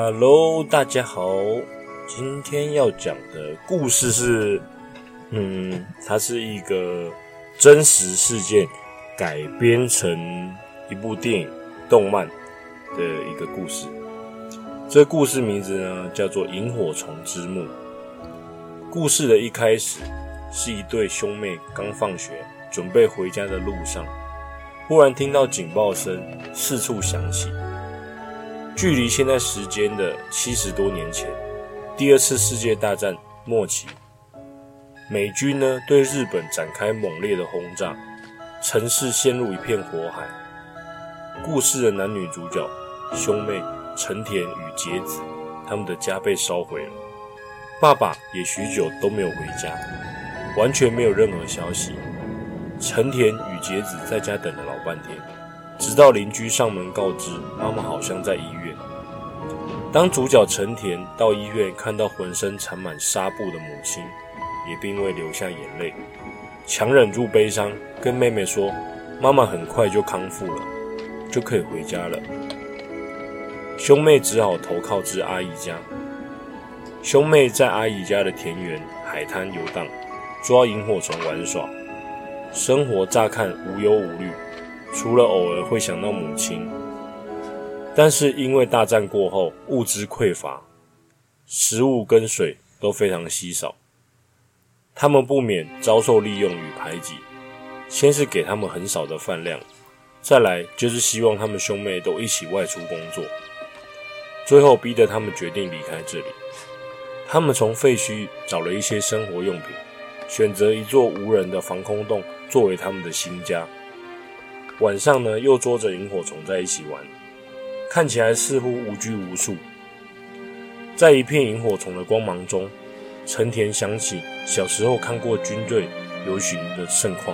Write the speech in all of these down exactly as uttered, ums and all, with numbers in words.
Hello， 大家好，今天要讲的故事是，嗯，它是一个真实事件改编成一部电影、动漫的一个故事。这个故事名字呢叫做《萤火虫之墓》。故事的一开始是一对兄妹刚放学，准备回家的路上，忽然听到警报声四处响起。距离现在时间的七十多年前，第二次世界大战末期，美军呢对日本展开猛烈的轰炸，城市陷入一片火海。故事的男女主角兄妹成田与结子，他们的家被烧毁了，爸爸也许久都没有回家，完全没有任何消息。成田与结子在家等了老半天，直到邻居上门告知妈妈好像在医院。当主角成田到医院看到浑身缠满纱布的母亲，也并未流下眼泪，强忍住悲伤，跟妹妹说妈妈很快就康复了，就可以回家了。兄妹只好投靠至阿姨家。兄妹在阿姨家的田园海滩游荡，抓萤火虫玩耍，生活乍看无忧无虑，除了偶尔会想到母亲。但是因为大战过后物资匮乏，食物跟水都非常稀少，他们不免遭受利用与排挤。先是给他们很少的饭量，再来就是希望他们兄妹都一起外出工作，最后逼得他们决定离开这里。他们从废墟找了一些生活用品，选择一座无人的防空洞作为他们的新家。晚上呢，又捉着萤火虫在一起玩，看起来似乎无拘无束。在一片萤火虫的光芒中，成田想起小时候看过军队游行的盛况。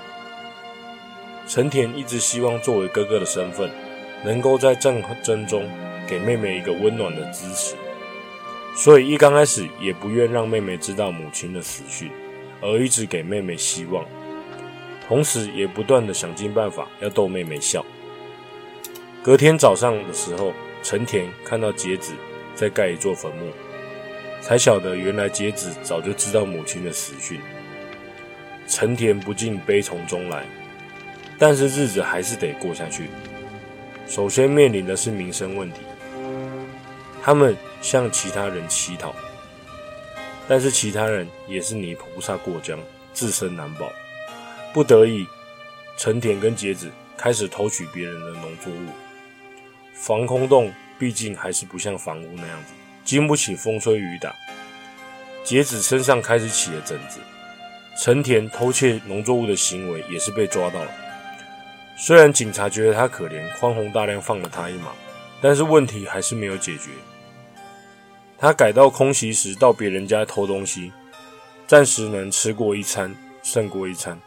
成田一直希望作为哥哥的身份，能够在战争中给妹妹一个温暖的支持，所以一刚开始也不愿让妹妹知道母亲的死讯，而一直给妹妹希望，同时也不断的想尽办法要逗妹妹笑。隔天早上的时候，成田看到结子在盖一座坟墓，才晓得原来结子早就知道母亲的死讯。成田不禁悲从中来，但是日子还是得过下去。首先面临的是民生问题，他们向其他人乞讨，但是其他人也是泥菩萨过江，自身难保。不得已，成田跟结子开始偷取别人的农作物。防空洞毕竟还是不像房屋那样子，经不起风吹雨打。结子身上开始起了疹子，成田偷窃农作物的行为也是被抓到了。虽然警察觉得他可怜，宽宏大量放了他一马，但是问题还是没有解决。他改道空袭时到别人家偷东西，暂时能吃过一餐胜过一餐。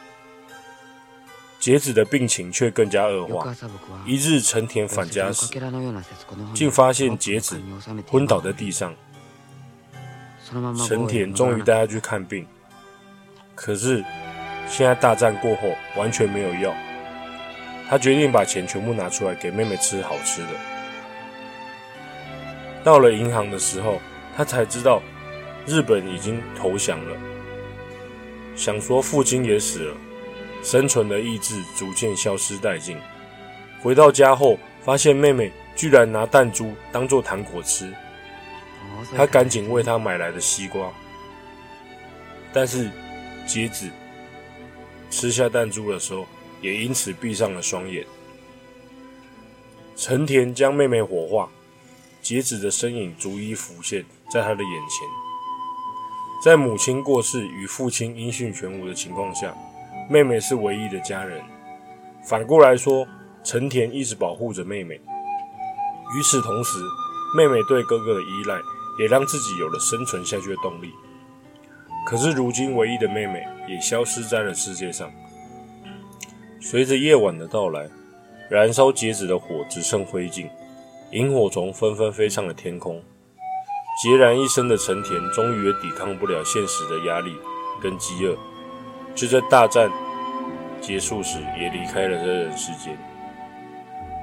结子的病情却更加恶化。一日成田返家时，竟发现结子昏倒在地上。成田终于带他去看病，可是现在大战过后完全没有药。他决定把钱全部拿出来给妹妹吃好吃的。到了银行的时候，他才知道日本已经投降了。想说父亲也死了，生存的意志逐渐消失殆尽。回到家后，发现妹妹居然拿弹珠当作糖果吃，他赶紧为她买来的西瓜。但是结子吃下弹珠的时候，也因此闭上了双眼。成田将妹妹火化，结子的身影逐一浮现在他的眼前。在母亲过世与父亲音讯全无的情况下，妹妹是唯一的家人。反过来说，成田一直保护着妹妹。与此同时，妹妹对哥哥的依赖也让自己有了生存下去的动力。可是如今唯一的妹妹也消失在了世界上。随着夜晚的到来，燃烧结子的火只剩灰烬，萤火虫纷纷飞上了天空。孑然一身的成田终于也抵抗不了现实的压力跟饥饿，就在大战结束时也离开了这人世间。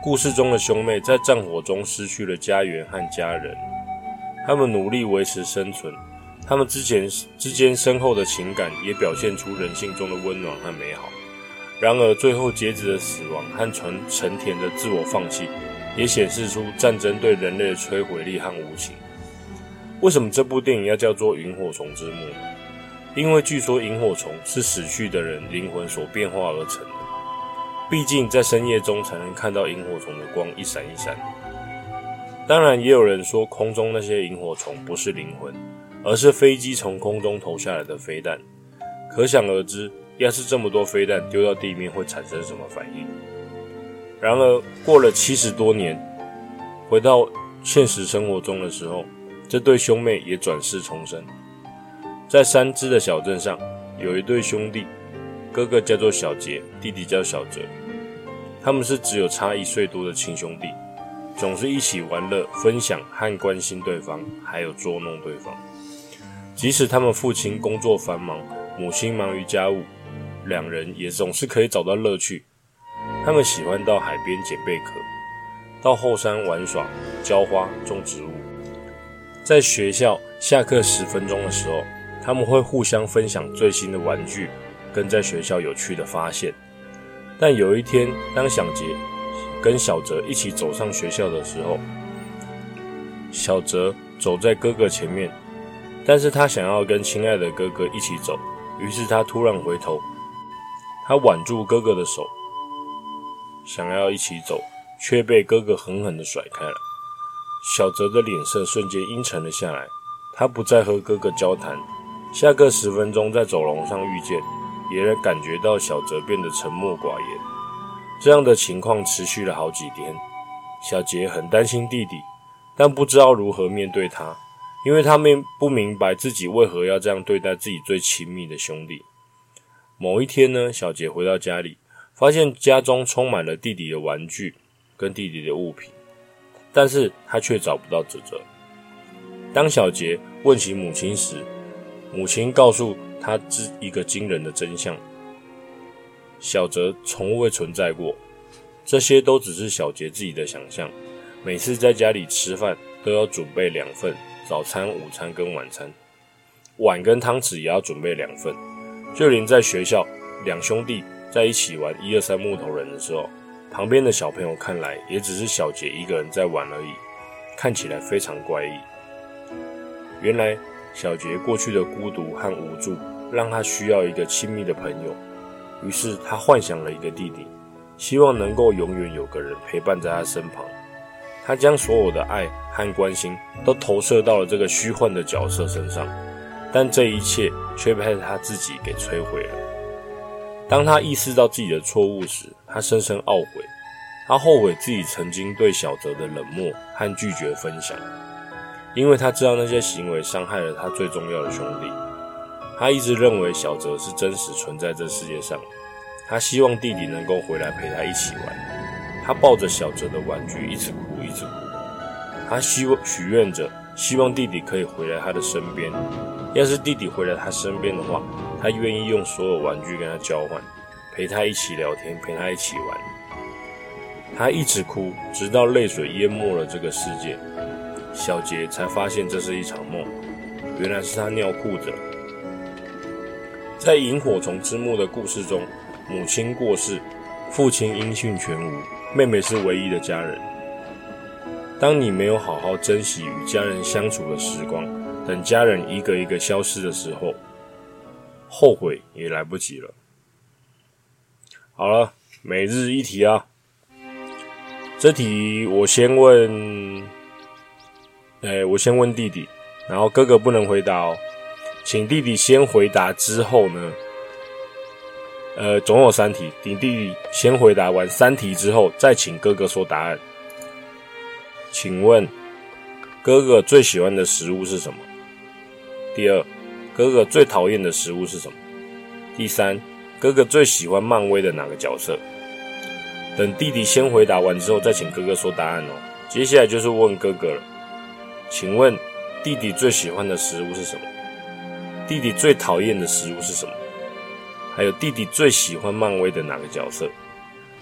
故事中的兄妹在战火中失去了家园和家人，他们努力维持生存，他们之前之间深厚的情感也表现出人性中的温暖和美好。然而最后节子的死亡和纯成田的自我放弃，也显示出战争对人类的摧毁力和无情。为什么这部电影要叫做萤火虫之墓呢？因为据说萤火虫是死去的人灵魂所变化而成的，毕竟在深夜中才能看到萤火虫的光一闪一闪。当然也有人说空中那些萤火虫不是灵魂，而是飞机从空中投下来的飞弹。可想而知，要是这么多飞弹丢到地面会产生什么反应。然而过了七十多年，回到现实生活中的时候，这对兄妹也转世重生。在三芝的小镇上，有一对兄弟，哥哥叫做小杰，弟弟叫小哲。他们是只有差一岁多的亲兄弟，总是一起玩乐、分享和关心对方，还有捉弄对方。即使他们父亲工作繁忙，母亲忙于家务，两人也总是可以找到乐趣。他们喜欢到海边捡贝壳，到后山玩耍、浇花、种植物。在学校下课十分钟的时候，他们会互相分享最新的玩具跟在学校有趣的发现。但有一天，当小杰跟小哲一起走上学校的时候，小哲走在哥哥前面，但是他想要跟亲爱的哥哥一起走，于是他突然回头，他挽住哥哥的手，想要一起走，却被哥哥狠狠地甩开了。小哲的脸色瞬间阴沉了下来，他不再和哥哥交谈。下课十分钟在走廊上遇见，也能感觉到小哲变得沉默寡言。这样的情况持续了好几天，小杰很担心弟弟，但不知道如何面对他，因为他们不明白自己为何要这样对待自己最亲密的兄弟。某一天呢，小杰回到家里，发现家中充满了弟弟的玩具跟弟弟的物品，但是他却找不到哲哲。当小杰问起母亲时，母亲告诉他一个惊人的真相：小哲从未存在过，这些都只是小杰自己的想象。每次在家里吃饭都要准备两份，早餐、午餐跟晚餐，碗跟汤匙也要准备两份。就连在学校，两兄弟在一起玩一二三木头人的时候，旁边的小朋友看来也只是小杰一个人在玩而已，看起来非常怪异。原来小杰过去的孤独和无助让他需要一个亲密的朋友，于是他幻想了一个弟弟，希望能够永远有个人陪伴在他身旁。他将所有的爱和关心都投射到了这个虚幻的角色身上，但这一切却被他自己给摧毁了。当他意识到自己的错误时，他深深懊悔，他后悔自己曾经对小哲的冷漠和拒绝分享，因为他知道那些行为伤害了他最重要的兄弟。他一直认为小哲是真实存在这世界上，他希望弟弟能够回来陪他一起玩。他抱着小哲的玩具一直哭一直哭，他希望许愿着，希望弟弟可以回来他的身边。要是弟弟回来他身边的话，他愿意用所有玩具跟他交换，陪他一起聊天，陪他一起玩。他一直哭，直到泪水淹没了这个世界，小杰才发现这是一场梦，原来是他尿裤子了。在萤火虫之墓的故事中，母亲过世，父亲音讯全无，妹妹是唯一的家人。当你没有好好珍惜与家人相处的时光，等家人一个一个消失的时候，后悔也来不及了。好了，每日一题啊，这题我先问，哎，我先问弟弟，然后哥哥不能回答哦，请弟弟先回答之后呢，呃，总有三题，弟弟先回答完三题之后，再请哥哥说答案。请问，哥哥最喜欢的食物是什么？第二，哥哥最讨厌的食物是什么？第三，哥哥最喜欢漫威的哪个角色？等弟弟先回答完之后，再请哥哥说答案哦。接下来就是问哥哥了，请问弟弟最喜欢的食物是什么？弟弟最讨厌的食物是什么？还有弟弟最喜欢漫威的哪个角色？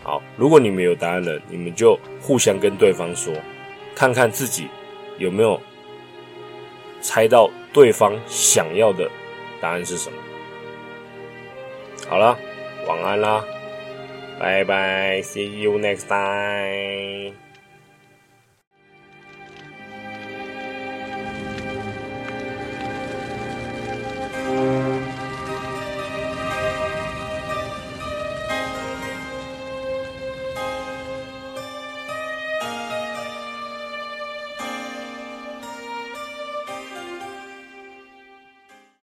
好，如果你们有答案了，你们就互相跟对方说，看看自己有没有猜到对方想要的答案是什么。好了，晚安啦，拜拜 ，see you next time。